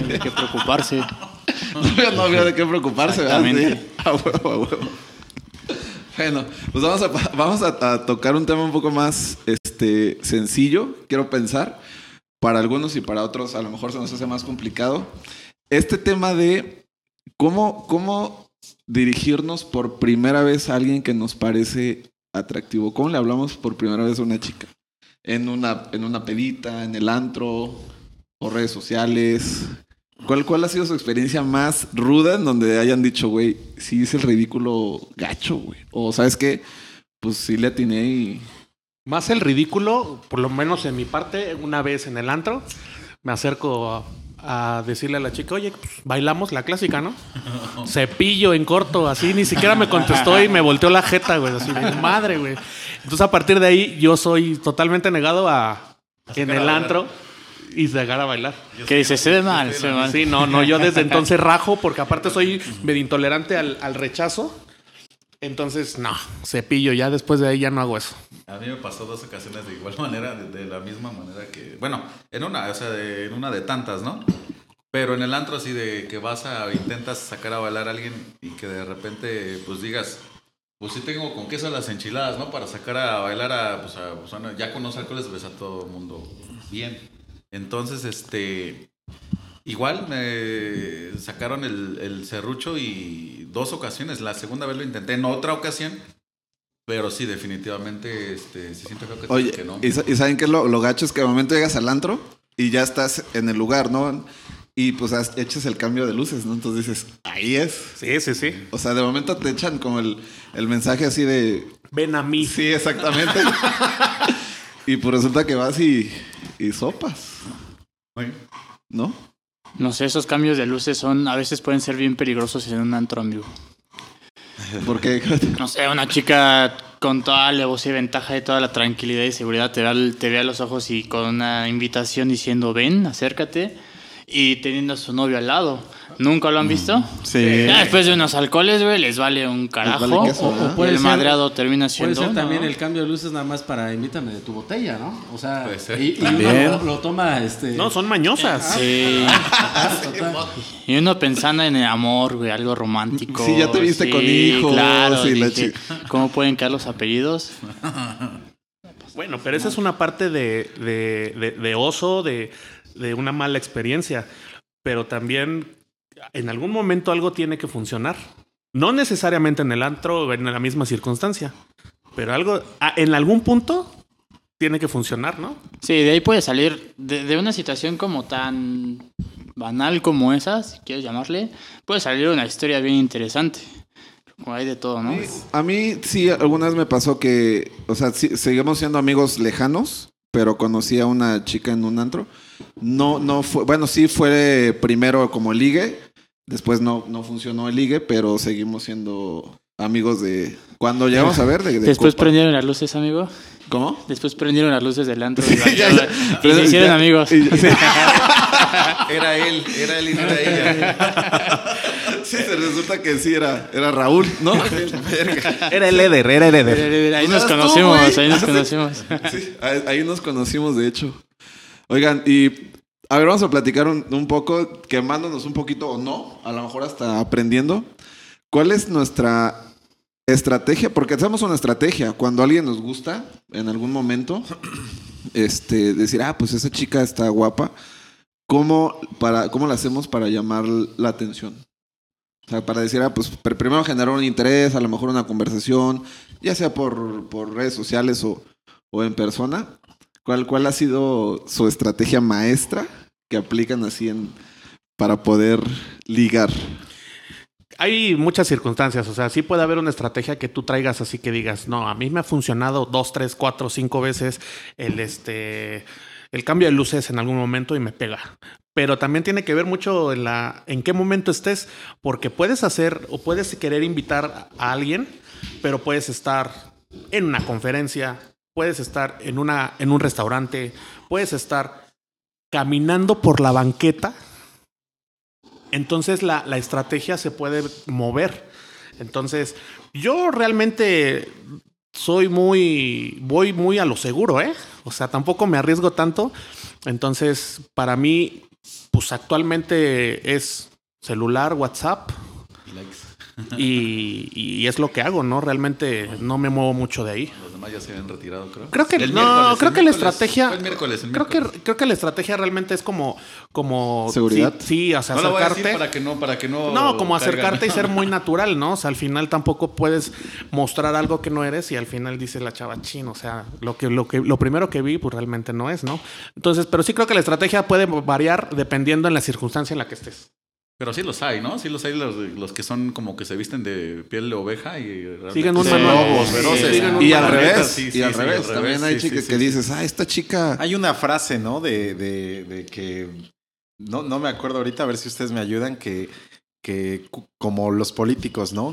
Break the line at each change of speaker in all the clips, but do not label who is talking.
de qué preocuparse.
No había de qué preocuparse, ¿verdad?
Exactamente.
Sí. A huevo, a huevo. Bueno, pues vamos a tocar un tema un poco más sencillo, quiero pensar. Para algunos y para otros a lo mejor se nos hace más complicado. Este tema de cómo dirigirnos por primera vez a alguien que nos parece atractivo. ¿Cómo le hablamos por primera vez a una chica? En una pedita, en el antro, o redes sociales. ¿Cuál ha sido su experiencia más ruda en donde hayan dicho, güey, sí hice el ridículo gacho, güey? O, ¿sabes qué? Pues sí le atiné y...
Más el ridículo, por lo menos en mi parte, una vez en el antro, me acerco a decirle a la chica, oye, pues, bailamos la clásica, ¿no? Cepillo en corto, así, ni siquiera me contestó y me volteó la jeta, güey, así de madre, güey. Entonces, a partir de ahí, yo soy totalmente negado en el antro y llegar a bailar.
¿Qué dices? Se ve mal, se ve mal.
Sí, no, yo desde entonces rajo, porque aparte soy medio intolerante al rechazo. Entonces, no, cepillo, ya después de ahí ya no hago eso.
A mí me pasó 2 ocasiones de igual manera, de la misma manera que... Bueno, en una de tantas, ¿no? Pero en el antro así de que intentas sacar a bailar a alguien y que de repente pues digas, pues sí tengo con queso las enchiladas, ¿no? Para sacar a bailar ya con los alcoholes ves a todo el mundo bien. Entonces, igual me sacaron el serrucho y 2 ocasiones. La segunda vez lo intenté en otra ocasión. Pero sí, definitivamente se siente feo que te
Oye,
que no.
¿y saben qué es lo gacho? Es que de momento llegas al antro y ya estás en el lugar, ¿no? Y pues echas el cambio de luces, ¿no? Entonces dices, ahí es.
Sí.
O sea, de momento te echan como el mensaje así de...
Ven a mí.
Sí, exactamente. Y pues resulta que vas y sopas, ¿no?
No sé, esos cambios de luces a veces pueden ser bien peligrosos en un antro, amigo.
Porque...
No sé, una chica con toda la alevosía y ventaja de toda la tranquilidad y seguridad te ve a los ojos y con una invitación diciendo, ven, acércate, y teniendo a su novio al lado. ¿Nunca lo han visto?
Sí.
Ya después de unos alcoholes, güey, les vale un carajo.
Les vale queso, ¿no?
O el madreado termina siendo...
Puede ser también
¿no?
el cambio de luces nada más para invítame de tu botella, ¿no? O sea,
Puede ser.
y uno lo toma
No, son mañosas.
Sí.
total.
Y uno pensando en el amor, güey, algo romántico.
Sí, ya te viste con hijos.
Claro,
Sí,
dije, ¿cómo pueden quedar los apellidos?
Bueno, pero esa es una parte de oso, de una mala experiencia. Pero también en algún momento algo tiene que funcionar. No necesariamente en el antro o en la misma circunstancia. Pero algo, en algún punto tiene que funcionar, ¿no?
Sí, de ahí puede salir de una situación como tan banal como esa, si quieres llamarle, puede salir una historia bien interesante. Como hay de todo, ¿no?
A mí sí, alguna vez me pasó que, o sea, sí, seguimos siendo amigos lejanos, pero conocí a una chica en un antro. No fue, bueno, sí fue primero como ligue, después no funcionó el ligue, pero seguimos siendo amigos de cuando llegamos a ver de
Después
copa.
prendieron las luces, amigo.
¿Cómo?
Después prendieron las luces del antro y
Ya,
se hicieron amigos.
Era él y no era ella.
Sí, se resulta que sí era Raúl, ¿no?
Era el Eder.
Ahí
Pues
nos
eras tú,
conocimos,
güey.
ahí nos conocimos.
Sí, ahí nos conocimos, de hecho. Oigan, y a ver, vamos a platicar un poco, quemándonos un poquito o no, a lo mejor hasta aprendiendo. ¿Cuál es nuestra estrategia? Porque hacemos una estrategia. Cuando alguien nos gusta, en algún momento, decir, pues esa chica está guapa. ¿Cómo la hacemos para llamar la atención? O sea, para decir, pues primero generar un interés, a lo mejor una conversación, ya sea por redes sociales o en persona. ¿Cuál ha sido su estrategia maestra que aplican así para poder ligar?
Hay muchas circunstancias, o sea, sí puede haber una estrategia que tú traigas así que digas, no, a mí me ha funcionado 2, 3, 4, 5 veces el cambio de luces en algún momento y me pega. Pero también tiene que ver mucho en qué momento estés, porque puedes hacer o puedes querer invitar a alguien, pero puedes estar en una conferencia, puedes estar en un restaurante, puedes estar caminando por la banqueta. Entonces la estrategia se puede mover. Entonces, yo realmente voy muy a lo seguro, ¿eh? O sea, tampoco me arriesgo tanto. Entonces, para mí, pues actualmente es celular, WhatsApp.
Y likes.
Y es lo que hago, ¿no? Realmente no me muevo mucho de ahí.
Los demás ya se habían retirado, creo.
Creo que
El
no,
miércoles,
creo
el
que la
miércoles.
estrategia.
Fue el miércoles.
Creo que la estrategia realmente es como
¿Seguridad?
Sí, o sea,
No lo voy a decir
acercarte.
para que no.
No, como
caigan.
acercarte y ser muy natural, ¿no? O sea, al final tampoco puedes mostrar algo que no eres y al final dice la chava chin, o sea, lo primero que vi, pues realmente no es, ¿no? Entonces, pero sí creo que la estrategia puede variar dependiendo en la circunstancia en la que estés.
Pero sí los hay, ¿no? Sí los hay los que son como que se visten de piel de oveja y realmente
Siguen un
son
manual.
lobos feroces.
Siguen un
Y al
manual.
revés,
Sí,
y
sí,
al
sí,
revés.
al
También
revés,
hay
sí,
chicas
sí,
que
sí.
dices, esta chica...
Hay una frase, ¿no? De que no me acuerdo ahorita, a ver si ustedes me ayudan, que como los políticos, ¿no?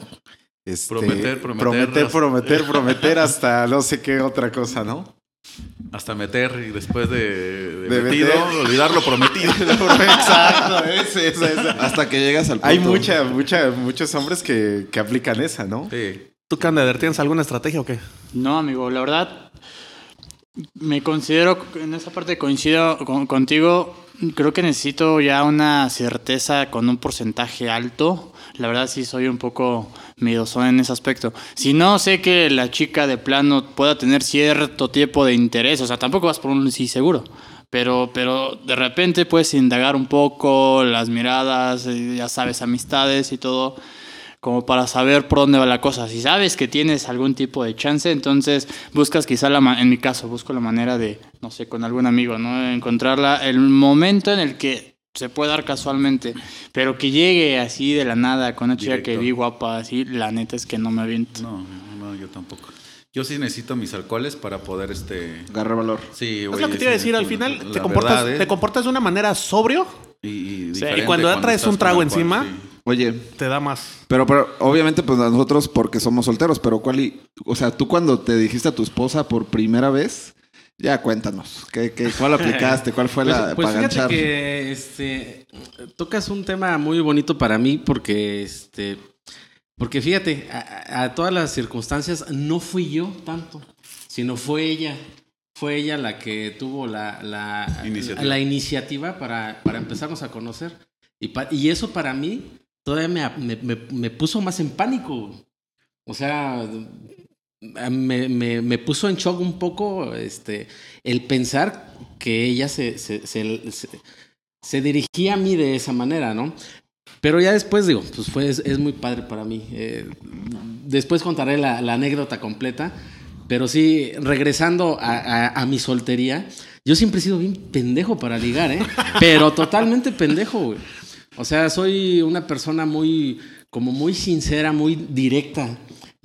Prometer hasta no sé qué otra cosa, ¿no?
Hasta meter y después de
De
metido,
meter.
olvidar lo prometido.
Exacto, esa.
Hasta que llegas al punto.
Hay muchos hombres que aplican esa, ¿no?
Sí.
¿Tú, Cander, tienes alguna estrategia o qué?
No, amigo, la verdad, me considero, en esa parte coincido contigo, creo que necesito ya una certeza con un porcentaje alto. La verdad sí soy un poco miedosón en ese aspecto. Si no sé que la chica de plano pueda tener cierto tipo de interés, o sea, tampoco vas por un sí seguro. Pero de repente puedes indagar un poco las miradas, ya sabes, amistades y todo, como para saber por dónde va la cosa. Si sabes que tienes algún tipo de chance, entonces buscas quizá, en mi caso, busco la manera de, no sé, con algún amigo, ¿no? Encontrarla, el momento en el que se puede dar casualmente, pero que llegue así de la nada con una chica que
Directo.
vi guapa, así, la neta es que no me aviento.
No, yo tampoco. Yo sí necesito mis alcoholes para poder
Agarrar valor.
Sí,
Es
güey,
lo que te iba a decir, al final te comportas de una manera sobrio
Y
y cuando ya traes un trago encima,
Oye,
te da más.
pero obviamente pues nosotros porque somos solteros, pero o sea, tú cuando te dijiste a tu esposa por primera vez, ya cuéntanos, ¿cuál aplicaste? ¿Cuál fue la
Pues
para
fíjate
ganchar?
que tocas un tema muy bonito para mí porque porque fíjate, a todas las circunstancias no fui yo tanto, sino fue ella. Fue ella la que tuvo la iniciativa para empezarnos a conocer. Y eso para mí todavía me puso más en pánico. O sea, me puso en shock un poco el pensar que ella se dirigía a mí de esa manera, ¿no? Pero ya después digo, pues es muy padre para mí. Después contaré la anécdota completa. Pero sí, regresando a mi soltería, yo siempre he sido bien pendejo para ligar, ¿eh? Pero totalmente pendejo, güey. O sea, soy una persona muy sincera, muy directa.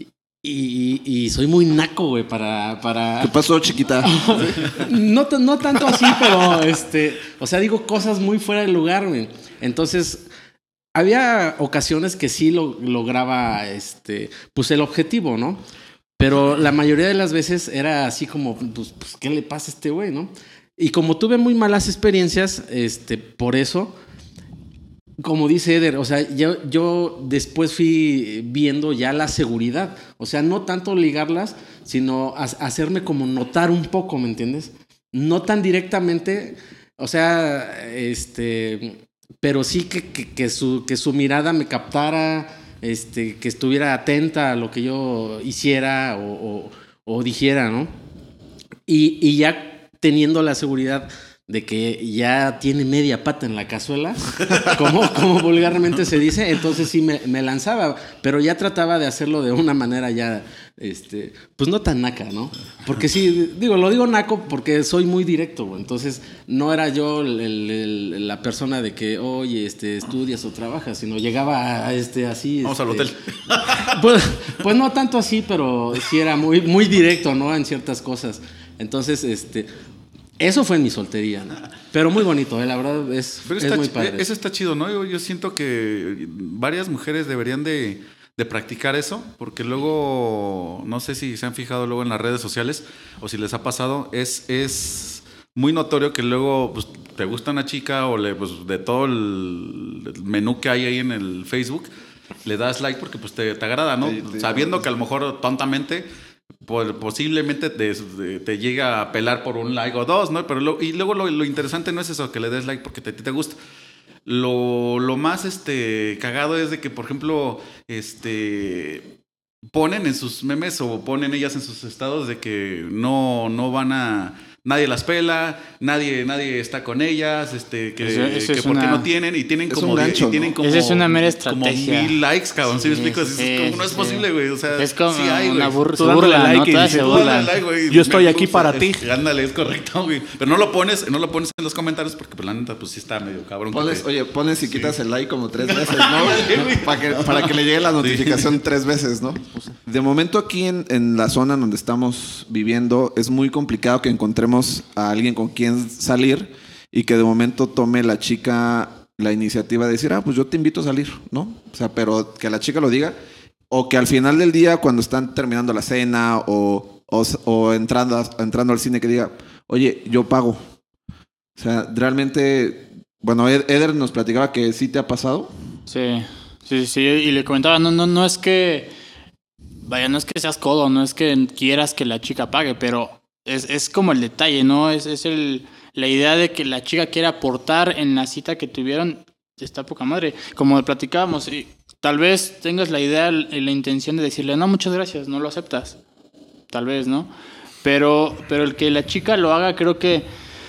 Y soy muy naco, güey, para...
¿Qué pasó, chiquita?
No tanto así, pero o sea, digo cosas muy fuera de lugar, güey. Entonces, había ocasiones que sí lograba pues el objetivo, ¿no? Pero la mayoría de las veces era así como, pues ¿qué le pasa a este güey, no? Y como tuve muy malas experiencias, por eso, como dice Eder, o sea, yo después fui viendo ya la seguridad. O sea, no tanto ligarlas, sino hacerme como notar un poco, ¿me entiendes? No tan directamente, o sea, pero sí que su mirada me captara, que estuviera atenta a lo que yo hiciera o dijera, ¿no? Y ya teniendo la seguridad de que ya tiene media pata en la cazuela, como vulgarmente se dice, entonces sí me lanzaba, pero ya trataba de hacerlo de una manera ya, pues no tan naca, ¿no? Porque sí, lo digo naco porque soy muy directo, güey. Entonces no era yo la persona de que, oye, estudias o trabajas, sino llegaba así.
Vamos al hotel.
Pues no tanto así, pero sí era muy, muy directo, ¿no? En ciertas cosas. Entonces, eso fue en mi soltería, ¿no? Pero muy bonito, la verdad es muy padre.
Eso está chido, ¿no? Yo siento que varias mujeres deberían de practicar eso, porque luego, no sé si se han fijado luego en las redes sociales o si les ha pasado, es muy notorio que luego pues, te gusta una chica o pues, de todo el menú que hay ahí en el Facebook, le das like porque pues te agrada, ¿no? Sabiendo que a lo mejor tontamente posiblemente te llega a pelar por un like o dos, ¿no? Pero luego lo interesante no es eso, que le des like porque a ti te gusta. Lo más cagado es de que, por ejemplo, ponen en sus memes o ponen ellas en sus estados de que no van a... Nadie las pela, nadie está con ellas, que porque no tienen, y tienen como...
gancho,
y tienen
¿no?
como
Esa es una mera estrategia.
Como 1000 likes, cabrón. ¿Sí me
Sí,
explico?
sí,
Es como, no es
sí.
posible, güey. O sea,
Es como
sí hay,
una
güey.
se
dándole
burlan,
like
¿no?
y
Todas se
dices,
Tú dale
burlan.
like, güey.
Yo estoy aquí
gusta,
para ti.
Ándale, es correcto, güey. Pero no lo pones en los comentarios porque, pues, la neta, pues, sí está medio cabrón.
Pones y quitas el like como 3 veces, ¿no? para que le llegue la notificación 3 veces, ¿no? De momento aquí en la zona donde estamos viviendo es muy complicado que encontremos a alguien con quien salir y que de momento tome la chica la iniciativa de decir, pues yo te invito a salir, ¿no? O sea, pero que la chica lo diga, o que al final del día, cuando están terminando la cena o entrando al cine, que diga, oye, yo pago. O sea, realmente, bueno, Eder nos platicaba que sí te ha pasado.
Sí, y le comentaba, no es que, vaya, no es que seas codo, no es que quieras que la chica pague, pero es como el detalle, ¿no? Es la idea de que la chica quiera aportar en la cita que tuvieron, está poca madre. Como platicábamos, y tal vez tengas la idea y la intención de decirle, no, muchas gracias, no lo aceptas. Tal vez, ¿no? Pero el que la chica lo haga, creo que,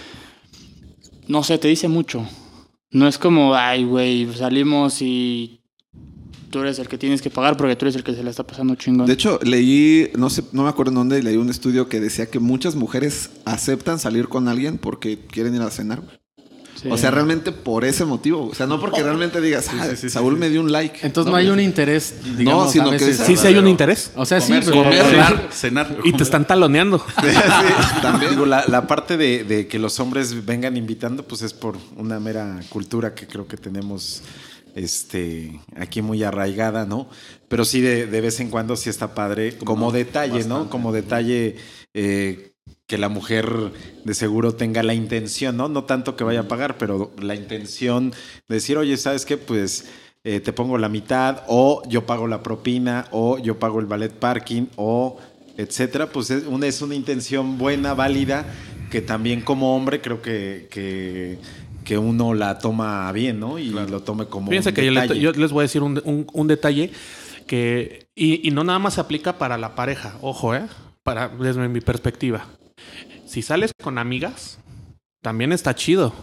no sé, te dice mucho. No es como, ay, güey, salimos y tú eres el que tienes que pagar porque tú eres el que se la está pasando chingón.
De hecho, leí, no me acuerdo en dónde, leí un estudio que decía que muchas mujeres aceptan salir con alguien porque quieren ir a cenar.
Sí.
O sea, realmente por ese motivo. O sea, no porque realmente digas, Saúl me dio un like.
Entonces no hay un interés, digamos,
sino
a
que
veces.
Sí, sí hay un interés.
O sea,
Comer,
sí, pero
cenar.
Y te están taloneando.
También.
Digo, la parte de que los hombres vengan invitando, pues es por una mera cultura que creo que tenemos aquí muy arraigada, ¿no? Pero sí de vez en cuando sí está padre, como detalle, bastante, ¿no? Como detalle que la mujer de seguro tenga la intención, ¿no? No tanto que vaya a pagar, pero la intención de decir, oye, ¿sabes qué? Pues te pongo la mitad, o yo pago la propina, o yo pago el ballet parking, o etcétera. Pues es una intención buena, válida, que también como hombre creo que uno la toma bien, ¿no? Y lo tome como
Fíjense
un
que
detalle.
yo les voy a decir un detalle que... Y no nada más se aplica para la pareja. Ojo, desde mi perspectiva. Si sales con amigas, también está chido.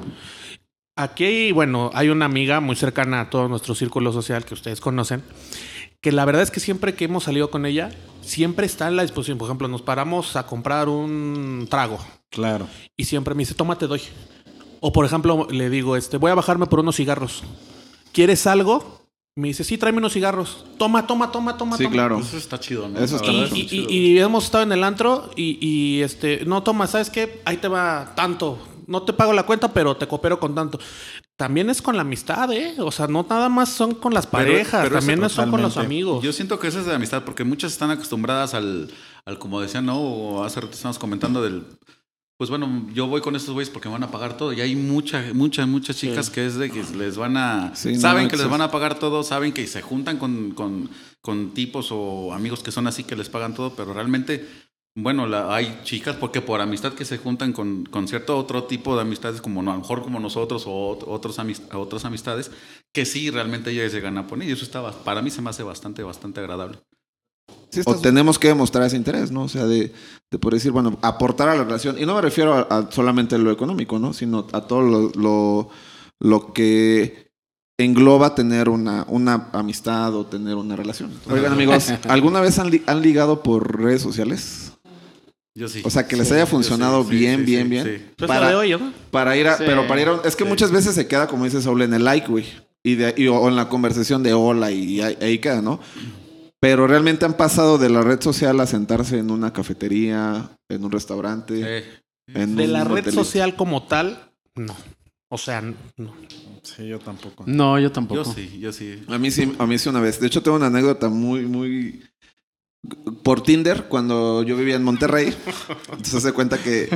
Aquí, bueno, hay una amiga muy cercana a todo nuestro círculo social que ustedes conocen, que la verdad es que siempre que hemos salido con ella, siempre está en la disposición. Por ejemplo, nos paramos a comprar un trago.
Claro.
Y siempre me dice, toma, te doy. O por ejemplo, le digo, voy a bajarme por unos cigarros. ¿Quieres algo? Me dice, sí, tráeme unos cigarros. Toma.
Sí, claro.
Eso está chido, ¿no?
Eso está
La verdad,
mucho.
está chido.
Y hemos estado en el antro y no, toma, ¿sabes qué? Ahí te va tanto. No te pago la cuenta, pero te coopero con tanto. También es con la amistad, ¿eh? O sea, no nada más son con las parejas,
pero
también
eso
son con los
totalmente.
amigos.
Yo siento que eso es de amistad, porque muchas están acostumbradas al como decían, ¿no? O hace rato estábamos comentando pues bueno, yo voy con estos güeyes porque me van a pagar todo. Y hay muchas chicas que es de que les van a...
Sí,
saben que les van a pagar todo, saben que se juntan con tipos o amigos que son así que les pagan todo, pero realmente, bueno, hay chicas porque por amistad que se juntan con cierto otro tipo de amistades, como a lo mejor como nosotros o otras amistades, que sí, realmente ellas llegan a poner. Y eso para mí se me hace bastante agradable.
Sí, o tenemos que demostrar ese interés, ¿no? O sea, de poder decir, bueno, aportar a la relación. Y no me refiero a solamente lo económico, ¿no? Sino a todo lo que engloba tener una amistad o tener una relación. Oigan, amigos, ¿alguna vez han ligado por redes sociales?
Yo sí.
O sea, que les haya funcionado bien.
Sí.
Pues la de hoy, ¿no?
Para ir a...
Sí.
Pero para ir a... Es que muchas veces se queda, como dice Saúl, en el like, güey. O en la conversación de hola y ahí queda, ¿no? Pero realmente han pasado de la red social a sentarse en una cafetería, en un restaurante.
De la red social como tal, no. O sea, no.
Sí, yo tampoco.
No, yo tampoco.
Yo sí.
A mí sí una vez. De hecho, tengo una anécdota muy... Por Tinder, cuando yo vivía en Monterrey. Entonces se cuenta que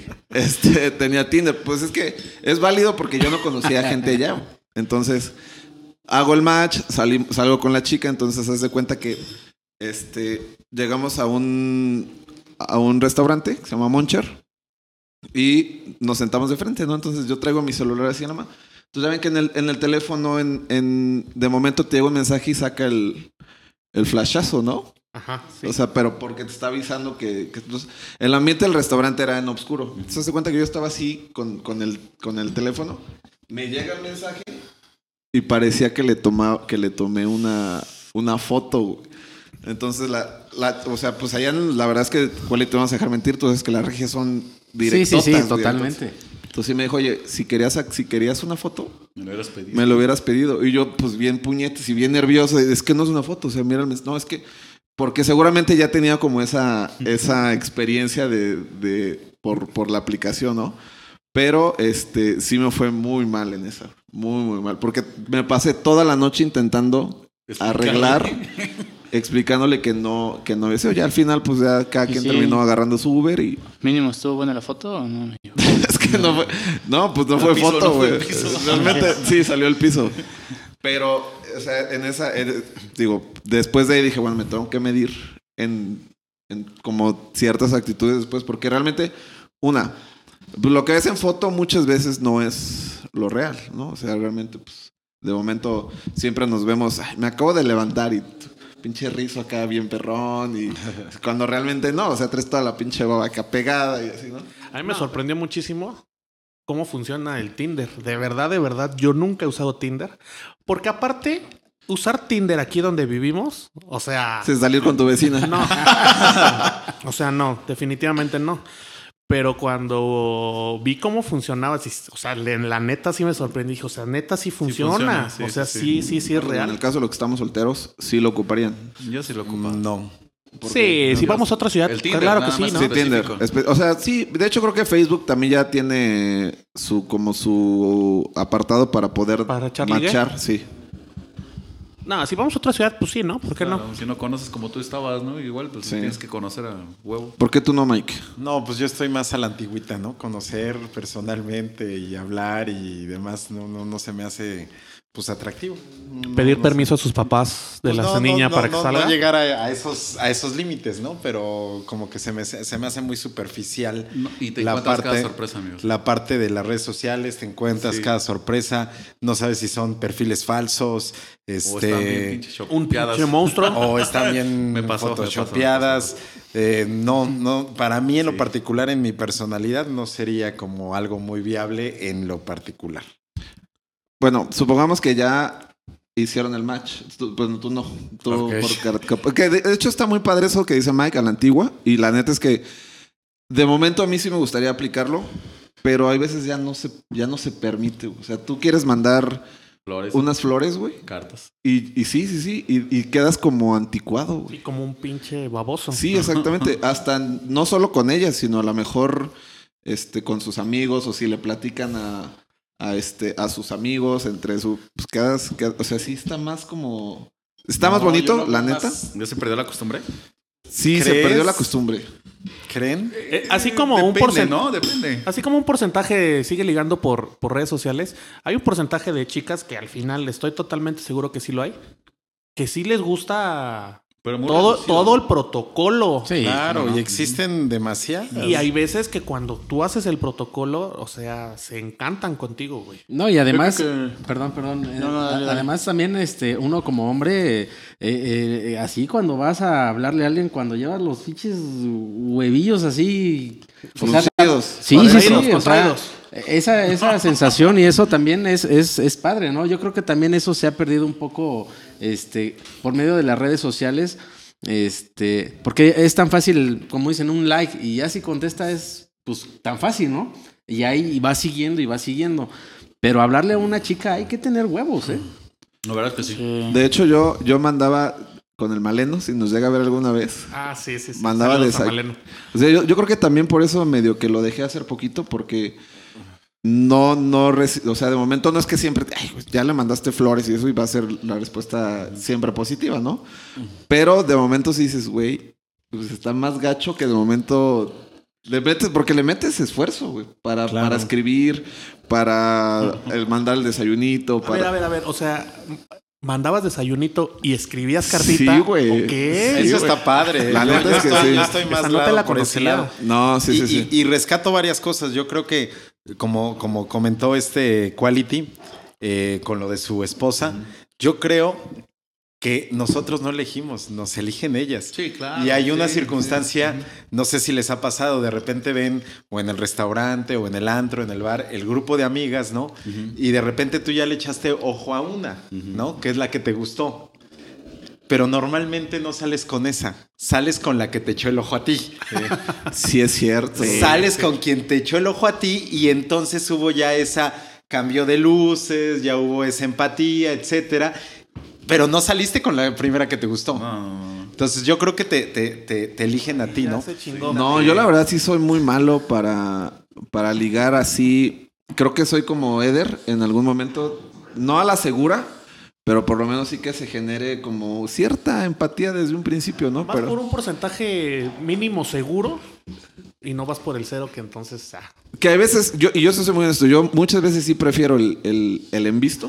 tenía Tinder. Pues es que es válido porque yo no conocía gente allá. Entonces... hago el match, salgo con la chica, entonces se hace cuenta que llegamos a un restaurante que se llama Moncher y nos sentamos de frente, ¿no? Entonces yo traigo mi celular así en la mano. Entonces ya ven que en el teléfono de momento te llega un mensaje y saca el flashazo, ¿no?
Ajá, sí.
O sea, pero porque te está avisando que entonces, el ambiente del restaurante era en oscuro. Entonces se cuenta que yo estaba así con el teléfono. Me llega el mensaje y parecía que le tomé una foto, güey. Entonces, o sea, pues allá la verdad es que, ¿cuál te vamos a dejar mentir? Tú sabes que las regias son directotas.
Sí,
güey.
totalmente.
Entonces me dijo, oye, si querías una foto,
Me lo hubieras pedido.
Y yo, pues bien puñetes y bien nervioso. Es que no es una foto. O sea, mira, no, es que... Porque seguramente ya tenía como esa experiencia por la aplicación, ¿no? Pero sí me fue muy mal en esa. Muy, muy mal. Porque me pasé toda la noche intentando arreglar, explicándole que no había sido. Ya al final, pues ya cada quien terminó agarrando su Uber y...
Mínimo, ¿estuvo buena la foto o no?
Es que no fue... No, pues no fue
piso,
foto,
no fue
güey.
el piso.
Realmente, sí, salió el piso. Pero, o sea, después de ahí dije, bueno, me tengo que medir en como ciertas actitudes después, porque realmente, lo que ves en foto muchas veces no es lo real, ¿no? O sea, realmente, pues, de momento siempre nos vemos, me acabo de levantar y pinche rizo acá bien perrón y cuando realmente no, o sea, traes toda la pinche baba acá pegada y así, ¿no?
A mí me sorprendió muchísimo cómo funciona el Tinder. De verdad, yo nunca he usado Tinder. Porque aparte, usar Tinder aquí donde vivimos, o sea...
Sí, salir con tu vecina.
No. O sea, no, definitivamente no. Pero cuando vi cómo funcionaba, o sea, la neta sí me sorprendí. Dije, o sea, neta sí funciona.
Sí,
o sea,
sí.
sí es
En
real.
el caso de los que estamos solteros, sí lo ocuparían.
Yo sí lo ocupaba.
No.
Sí, si vamos a otra ciudad,
El Tinder,
claro que
nada
sí,
más.
¿no?
Sí, Tinder.
Específico.
O sea, sí, de hecho creo que Facebook también ya tiene su apartado para poder
¿Para echar ligue?
matchar, sí.
No, si vamos a otra ciudad, pues sí, ¿no? ¿Por qué
Claro,
no?
si no conoces como tú estabas, ¿no? Igual, pues
Sí.
tienes que conocer a huevo.
¿Por qué tú no, Mike?
No, pues yo estoy más a la antigüita, ¿no? Conocer personalmente y hablar y demás no se me hace pues atractivo.
Pedir
No
permiso a sus papás de
Pues
la niña para que salga.
No llegar a esos límites, ¿no? Pero como que se me hace muy superficial.
No, y te encuentras cada sorpresa, amigos.
La parte de las redes sociales, te encuentras
Sí.
cada sorpresa. No sabes si son perfiles falsos,
O están bien pinches
Un
chopeadas.
pinche monstruo.
o están bien
Me pasó.
photoshopeadas. No, para mí en lo particular, en mi personalidad, no sería como algo muy viable en lo particular.
Bueno, supongamos que ya hicieron el match. Bueno, tú no. Tú
Ok.
porque de hecho está muy padre eso que dice Mike a la antigua. Y la neta es que de momento a mí sí me gustaría aplicarlo. Pero hay veces ya no se permite. O sea, tú quieres mandar
Flores,
unas flores, güey.
cartas.
Y sí. Y quedas como anticuado, güey.
Sí, como un pinche baboso.
Sí, exactamente. Hasta no solo con ellas, sino a lo mejor con sus amigos o si le platican a sus amigos entre su pues o sea, sí está más como está más bonito,
yo lo
la
veo
neta.
más-
¿Ya se perdió la costumbre?
Sí, se
¿Crees?
perdió la costumbre.
¿Creen?
Así como un
Depende,
porcentaje.
¿no? Depende.
Así como un porcentaje sigue ligando por redes sociales, hay un porcentaje de chicas que al final estoy totalmente seguro que sí lo hay, que sí les gusta
Pero muy
todo
reducido.
el protocolo.
Sí.
Claro,
no.
y existen demasiadas.
Y hay veces que cuando tú haces el protocolo, o sea, se encantan contigo, güey.
No, y además,
Yo creo que-
perdón.
No, dale, dale.
Además también uno como hombre, así cuando vas a hablarle a alguien, cuando llevas los pinches huevillos así. O sea,
Fruncidos.
sí,
Contraídos,
o sea,
contraídos.
esa sensación y eso también es padre, ¿no? Yo creo que también eso se ha perdido un poco por medio de las redes sociales. Porque es tan fácil, como dicen, un like y ya si contesta es pues tan fácil, ¿no? Y ahí va siguiendo y va siguiendo. Pero hablarle a una chica hay que tener huevos, ¿eh?
La verdad es que sí.
De hecho, yo mandaba con el Maleno, si nos llega a ver alguna vez.
Ah, sí.
Mandaba
Saludos a
de
Maleno.
O sea, yo creo que también por eso medio que lo dejé hacer poquito, porque o sea, de momento no es que siempre, ay, pues, ya le mandaste flores y eso y va a ser la respuesta siempre positiva, ¿no? Pero de momento sí dices, güey, pues está más gacho que de momento porque le metes esfuerzo, güey, para escribir, para mandar el desayunito,
A ver. O sea, mandabas desayunito y escribías cartita.
Sí, güey.
Ok.
Eso está padre.
La neta es que sí.
Yo estoy más
Esa no te
lado
la
por ese
conocía.
lado.
No, sí,
y,
sí, sí.
y rescato varias cosas. Yo creo que, como comentó Quality con lo de su esposa, yo creo que nosotros no elegimos, nos eligen ellas.
Sí, claro.
Y hay una
sí,
circunstancia, no sé si les ha pasado, de repente ven o en el restaurante o en el antro, en el bar, el grupo de amigas, ¿no? Y de repente tú ya le echaste ojo a una, ¿no? Que es la que te gustó. Pero normalmente no sales con esa, sales con la que te echó el ojo a ti.
Sí, es cierto.
Sales con quien te echó el ojo a ti y entonces hubo ya esa cambio de luces, ya hubo esa empatía, etcétera. Pero no saliste con la primera que te gustó.
No.
Entonces yo creo que te eligen a ti,
Ya
¿no?
se chingó.
No, yo la verdad sí soy muy malo para ligar así. Creo que soy como Eder en algún momento. No a la segura, pero por lo menos sí que se genere como cierta empatía desde un principio, ¿no?
Vas
Pero
por un porcentaje mínimo seguro y no vas por el cero, que entonces...
que a veces, yo soy muy honesto, yo muchas veces sí prefiero el envisto.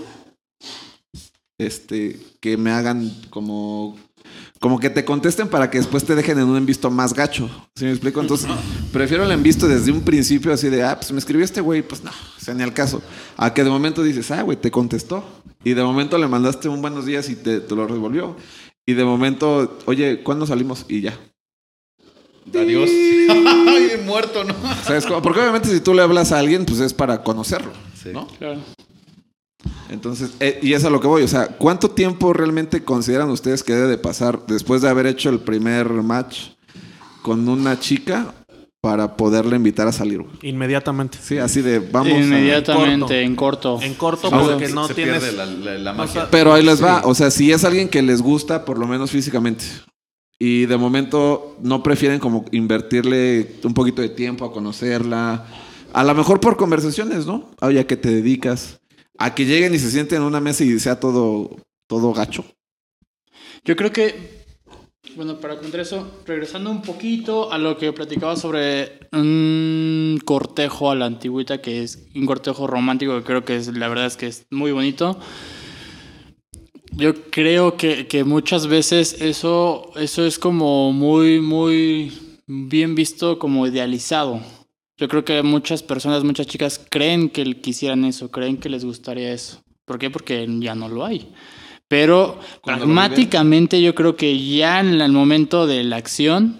Que me hagan como que te contesten para que después te dejen en un envisto más gacho. ¿Sí me explico? Entonces, prefiero el envisto desde un principio así de, pues me escribió este güey, pues no, o sea, ni al caso. A que de momento dices, güey, te contestó. Y de momento le mandaste un buenos días y te lo revolvió. Y de momento, oye, ¿cuándo salimos? Y ya.
Adiós. Ay, muerto, ¿no?
¿Sabes cómo? Porque obviamente si tú le hablas a alguien, pues es para conocerlo,
Sí.
¿no?
Claro.
Entonces, y es a lo que voy, o sea, ¿cuánto tiempo realmente consideran ustedes que debe de pasar después de haber hecho el primer match con una chica para poderle invitar a salir, güey?
Inmediatamente.
Sí, así de vamos
Inmediatamente, en corto.
En corto,
Ah,
porque no
se
tienes...
pierde la magia.
Pero ahí les va, o sea, si es alguien que les gusta, por lo menos físicamente, y de momento no prefieren como invertirle un poquito de tiempo a conocerla, a lo mejor por conversaciones, ¿no? Oye, ¿a qué te dedicas? A que lleguen y se sienten en una mesa y sea todo gacho.
Yo creo que, bueno, para contar eso, regresando un poquito a lo que platicaba sobre un cortejo a la antigüita, que es un cortejo romántico, que creo que la verdad es que es muy bonito. Yo creo que muchas veces eso es como muy, muy bien visto, como idealizado. Yo creo que muchas personas, muchas chicas creen que quisieran eso, creen que les gustaría eso. ¿Por qué? Porque ya no lo hay. Pero
Cuando
pragmáticamente yo creo que ya en el momento de la acción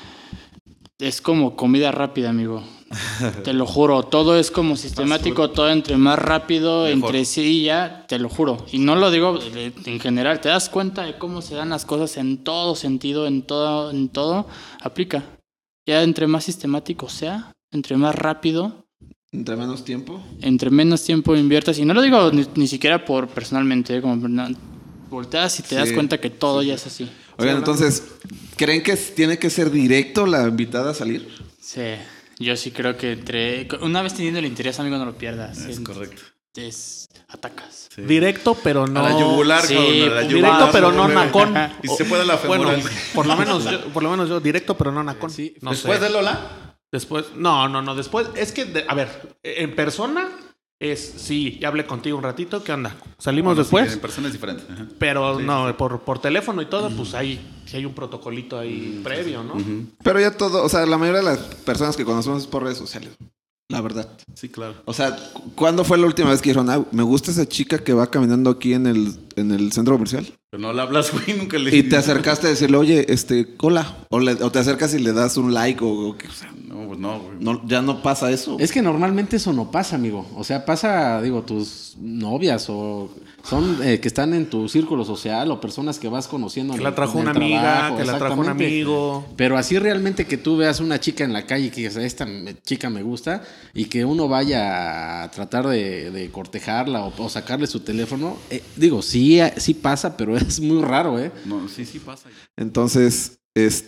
es como comida rápida, amigo. Te lo juro, todo es como sistemático, todo entre más rápido,
Mejor.
entre sí ya, te lo juro. Y no lo digo en general, te das cuenta de cómo se dan las cosas en todo sentido, en todo, aplica. Ya entre más sistemático sea, entre más rápido,
Entre menos tiempo.
entre menos tiempo inviertas, y no lo digo ni siquiera por personalmente, como volteas y te das
Sí.
cuenta que todo ya es así.
Oigan, entonces, ¿creen que tiene que ser directo la invitada a salir?
Sí, yo sí creo que una vez teniendo el interés, amigo, no lo pierdas.
Es correcto.
Atacas.
Sí.
Directo, pero no...
A la yugular,
Sí,
cabrón, a la
directo,
yugular.
pero no nacón.
Y si se puede la femoral.
Bueno, por lo menos yo, directo, pero no nacón.
Sí.
No
Después
sé.
de Lola.
Después, no, después, es que, a ver, en persona sí, ya hablé contigo un ratito, ¿qué onda? Salimos
Bueno,
después,
sí, en persona es diferente. Ajá.
pero no, por teléfono y todo, pues sí hay un protocolito ahí previo, ¿no?
Pero ya todo, o sea, la mayoría de las personas que conocemos es por redes sociales. La verdad.
Sí, claro.
O sea, ¿cuándo fue la última vez que dijeron, me gusta esa chica que va caminando aquí en el centro comercial?
Pero no le hablas, güey, nunca le
Y te acercaste a decirle, oye, hola. O te acercas y le das un like o que, o sea,
No, pues no, güey.
no, ya no pasa eso.
Es que normalmente eso no pasa, amigo. O sea, pasa, digo, tus novias o son que están en tu círculo social o personas que vas conociendo.
Que
en
la
el-
trajo
en
una
el
amiga,
trabajo,
que la trajo un
exactamente.
amigo.
Pero así realmente que tú veas una chica en la calle y que digas, esta chica me gusta y que uno vaya a tratar de cortejarla o sacarle su teléfono, digo, sí pasa, pero es muy raro, ¿eh?
No, sí pasa.
Entonces,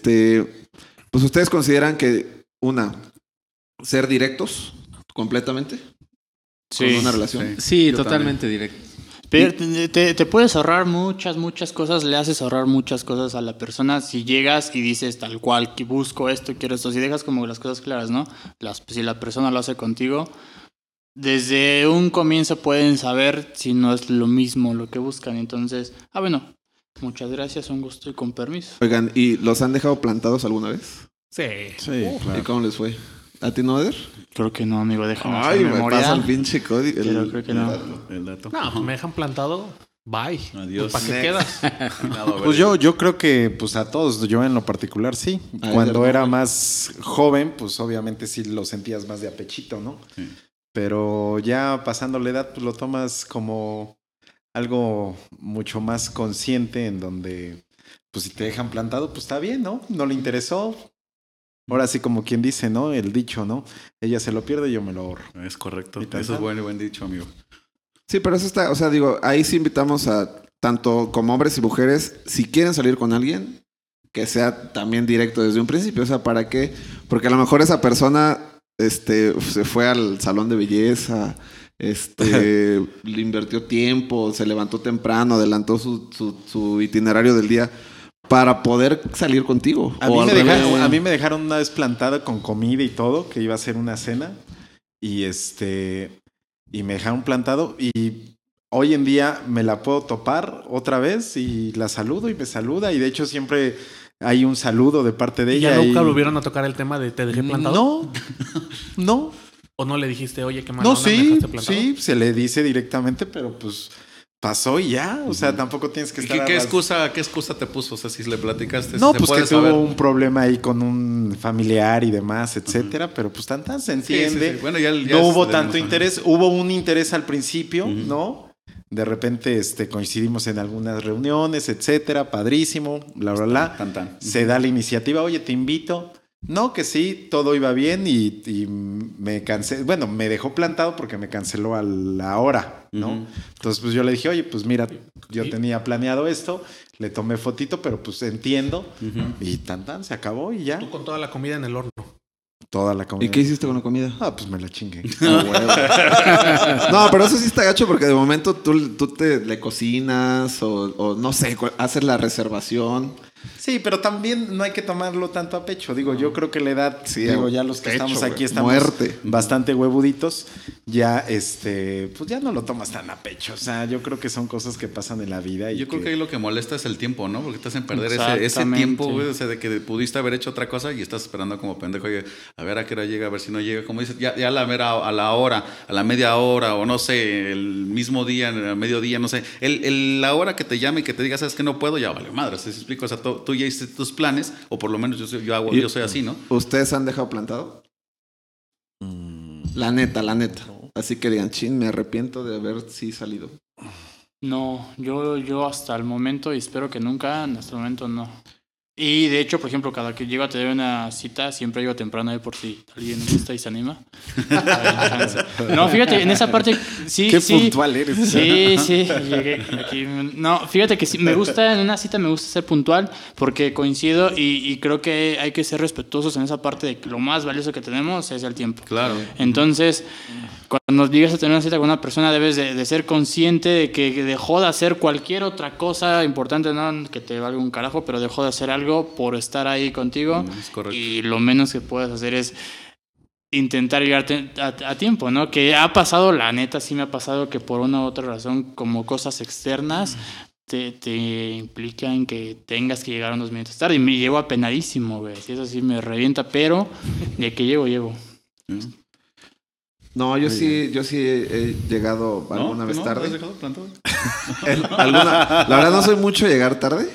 pues ustedes consideran que, ser directos completamente con una relación.
Sí,
Yo
totalmente directo.
Pero te puedes ahorrar muchas cosas, le haces ahorrar muchas cosas a la persona si llegas y dices tal cual, que busco esto, quiero esto, si dejas como las cosas claras, ¿no? Si la persona lo hace contigo, desde un comienzo pueden saber si no es lo mismo lo que buscan. Entonces, bueno, muchas gracias, un gusto y con permiso.
Oigan, ¿y los han dejado plantados alguna vez?
Sí.
Sí,
¿Y
claro.
cómo les fue? ¿A ti no, Eder?
Creo que no, amigo, déjame
Ay,
hacer
me
memoria.
pasa el pinche código.
Pero creo que no.
El dato.
No, pues me dejan plantado. Bye.
Adiós.
¿Para qué quedas?
Pues yo creo que pues a todos, yo en lo particular sí.
Ay,
Cuando
de
era
verdad.
más joven, pues obviamente sí lo sentías más de apechito, ¿no?
Sí.
Pero ya pasando la edad, pues lo tomas como algo mucho más consciente en donde, pues si te dejan plantado, pues está bien, ¿no? No le interesó. Ahora sí, como quien dice, ¿no? El dicho, ¿no? Ella se lo pierde, yo me lo ahorro.
Es correcto.
¿Y
Eso es
tanto?
buen dicho, amigo.
Sí, pero eso está, o sea, digo, ahí sí invitamos a tanto como hombres y mujeres, si quieren salir con alguien, que sea también directo desde un principio. O sea, ¿para qué? Porque a lo mejor esa persona se fue al salón de belleza, le invirtió tiempo, se levantó temprano, adelantó su itinerario del día para poder salir contigo.
A
O
mí,
al revés.
a mí me dejaron una vez plantada con comida y todo, que iba a ser una cena. Y y me dejaron plantado. Y hoy en día me la puedo topar otra vez y la saludo y me saluda. Y de hecho siempre hay un saludo de parte de
¿Y
ella.
ya nunca
y-
volvieron a tocar el tema de te dejé plantado?
No, no.
¿O no le dijiste, oye, qué mal
No,
onda, me
sí,
dejaste plantado?
sí, se le dice directamente, pero pues pasó y ya. O sea, tampoco tienes que
¿Y
estar...
qué
a las-
excusa te puso? O sea, si le platicaste,
No,
¿se
pues
puede
que
saber?
tuvo un problema ahí con un familiar y demás, etcétera, pero pues tan se entiende.
sí. Bueno, ya
no
es
hubo
de
tanto
menos,
interés, hubo un interés al principio, ¿no? De repente coincidimos en algunas reuniones, etcétera, padrísimo, bla, bla, bla.
Tan, tan.
Se da la iniciativa, oye, te invito. No, que sí, todo iba bien y me cansé. Bueno, me dejó plantado porque me canceló a la hora, ¿no?
Ujú.
Entonces, pues yo le dije, oye, pues mira, yo
¿Y?
tenía planeado esto, le tomé fotito, pero pues entiendo.
Ujú.
Y tan, se acabó y ya.
Tú con toda la comida en el horno.
Toda la comida.
¿Y qué hiciste con la comida?
Ah, pues me la chingué.
No, pero eso sí está gacho porque de momento tú le cocinas o no sé, haces la reservación.
Sí, pero también no hay que tomarlo tanto a pecho. Digo, yo creo que la edad,
Sí,
digo, ya los que
pecho,
estamos aquí
güey.
estamos
Muerte.
bastante huevuditos. Ya, pues ya no lo tomas tan a pecho. O sea, yo creo que son cosas que pasan en la vida. Y
Yo creo que ahí lo que molesta es el tiempo, ¿no? Porque estás en perder ese
Exactamente.
tiempo, güey. O sea, de que pudiste haber hecho otra cosa y estás esperando como pendejo. Oye, a ver a qué hora llega, a ver si no llega. Como dices, ya a la hora, a la media hora, o no sé, el mismo día, al mediodía, no sé. La hora que te llame y que te diga, sabes que no puedo, ya vale madre. ¿Se explico? O sea, tú ya hiciste tus planes, o por lo menos yo soy así, ¿no?
¿Ustedes han dejado plantado? La neta, la neta. Así que digan, chin, me arrepiento de haber sí salido.
No, yo hasta el momento, y espero que nunca, hasta el momento no. Y de hecho, por ejemplo, cada que llego a tener una cita, siempre llego temprano ahí por si alguien gusta y se anima. No, fíjate, en esa parte sí.
Qué
sí.
puntual eres.
Sí, llegué aquí. No, fíjate que sí, me gusta en una cita, me gusta ser puntual porque coincido y creo que hay que ser respetuosos en esa parte de que lo más valioso que tenemos es el tiempo.
Claro.
Entonces, cuando llegas a tener una cita con una persona, debes de ser consciente de que dejó de hacer cualquier otra cosa importante, no que te valga un carajo, pero dejó de hacer algo por estar ahí contigo.
Es correcto.
Y lo menos que puedes hacer es intentar llegarte a tiempo, ¿no? Que ha pasado, la neta, sí me ha pasado que por una u otra razón, como cosas externas, te implican que tengas que llegar unos minutos tarde. Y me llevo apenadísimo, güey. Y eso sí me revienta, pero de que llego.
No, yo sí he llegado
¿No?
alguna
¿Tú
vez
no?
tarde.
¿Te has dejado plantado?
La verdad no soy mucho llegar tarde.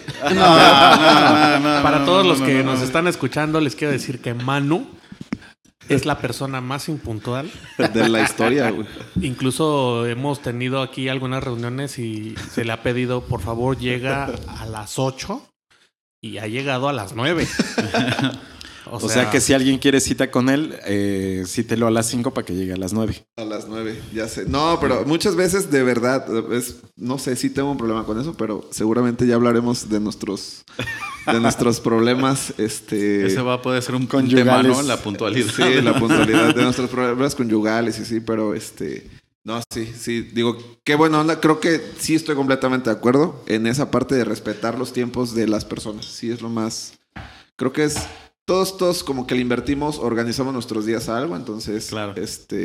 Para todos los que nos están escuchando, les quiero decir que Manu es la persona más impuntual.
De la historia, güey.
Incluso hemos tenido aquí algunas reuniones y se le ha pedido, por favor, llega a las 8 y ha llegado a las 9.
O sea que si alguien quiere cita con él, cítelo a las 5 para que llegue a las 9.
A las 9, ya sé. No, pero muchas veces de verdad, no sé si tengo un problema con eso, pero seguramente ya hablaremos de nuestros problemas.
Ese va a poder ser un
Conyugales.
tema, ¿no? La puntualidad.
Sí, la puntualidad de nuestros problemas conyugales y sí, pero no, sí, digo, qué buena onda. Creo que sí estoy completamente de acuerdo en esa parte de respetar los tiempos de las personas. Sí, es lo más. Creo que es. Todos como que le invertimos, organizamos nuestros días a algo, entonces,
Claro.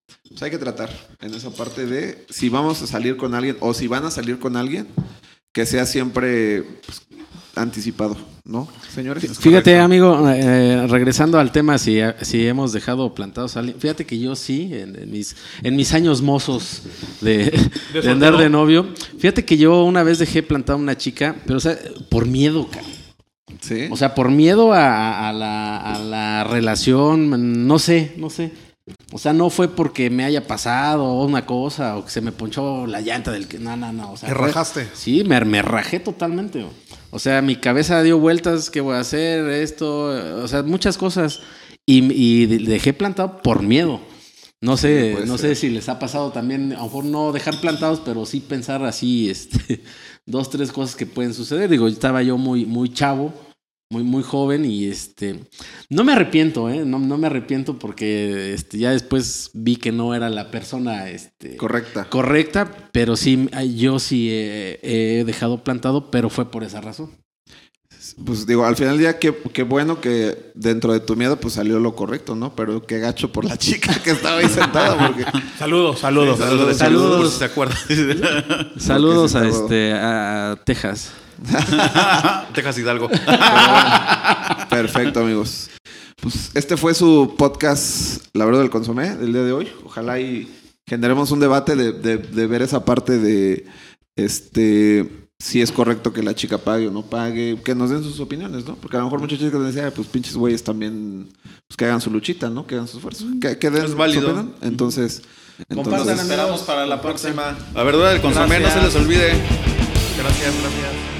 Pues hay que tratar en esa parte de si vamos a salir con alguien o si van a salir con alguien, que sea siempre pues, anticipado, ¿no, señores?
Fíjate, amigo, regresando al tema, si hemos dejado plantados a alguien. Fíjate que yo sí, en mis años mozos de andar de novio. Fíjate que yo una vez dejé plantada a una chica, pero o sea, por miedo, cara.
¿Sí?
O sea, por miedo a la relación, no sé. O sea, no fue porque me haya pasado una cosa o que se me ponchó la llanta del que... No. O sea,
¿Te rajaste?
Sí, me rajé totalmente. O sea, mi cabeza dio vueltas, ¿qué voy a hacer? Esto, o sea, muchas cosas. Y dejé plantado por miedo. No sé,
Sí,
no sé si les ha pasado también, a lo mejor no dejar plantados, pero sí pensar así, 2, 3 cosas que pueden suceder. Digo, estaba yo muy chavo. Muy joven y no me arrepiento, no me arrepiento porque ya después vi que no era la persona correcta, pero sí, yo sí he dejado plantado, pero fue por esa razón.
Pues digo, al final del día, qué bueno que dentro de tu miedo pues salió lo correcto, ¿no? Pero qué gacho por la chica que estaba ahí sentada porque...
Saludos.
Saludos, si se acuerdan.
Saludos a Texas.
Texas Hidalgo.
Perfecto, amigos. Pues este fue su podcast La Verdad del Consomé del día de hoy. Ojalá y generemos un debate de ver esa parte de si es correcto que la chica pague o no pague, que nos den sus opiniones, ¿no? Porque a lo mejor muchas chicas decían, pues pinches güeyes también, pues que hagan su luchita, ¿no? Que hagan su esfuerzo. Que den
Es válido.
su opinión. Entonces
Compartan, esperamos para la próxima.
La verdad del consomé, no se les olvide.
Gracias.